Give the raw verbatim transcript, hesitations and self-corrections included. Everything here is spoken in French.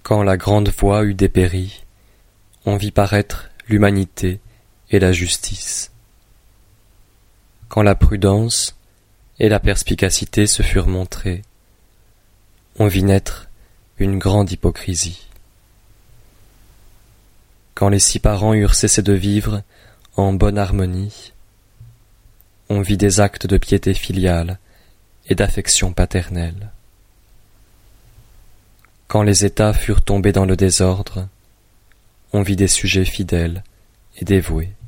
Quand la grande voie eut dépéri, on vit paraître l'humanité et la justice. Quand la prudence et la perspicacité se furent montrées, on vit naître une grande hypocrisie. Quand les six parents eurent cessé de vivre en bonne harmonie, on vit des actes de piété filiale et d'affection paternelle. Quand les États furent tombés dans le désordre, on vit des sujets fidèles et dévoués.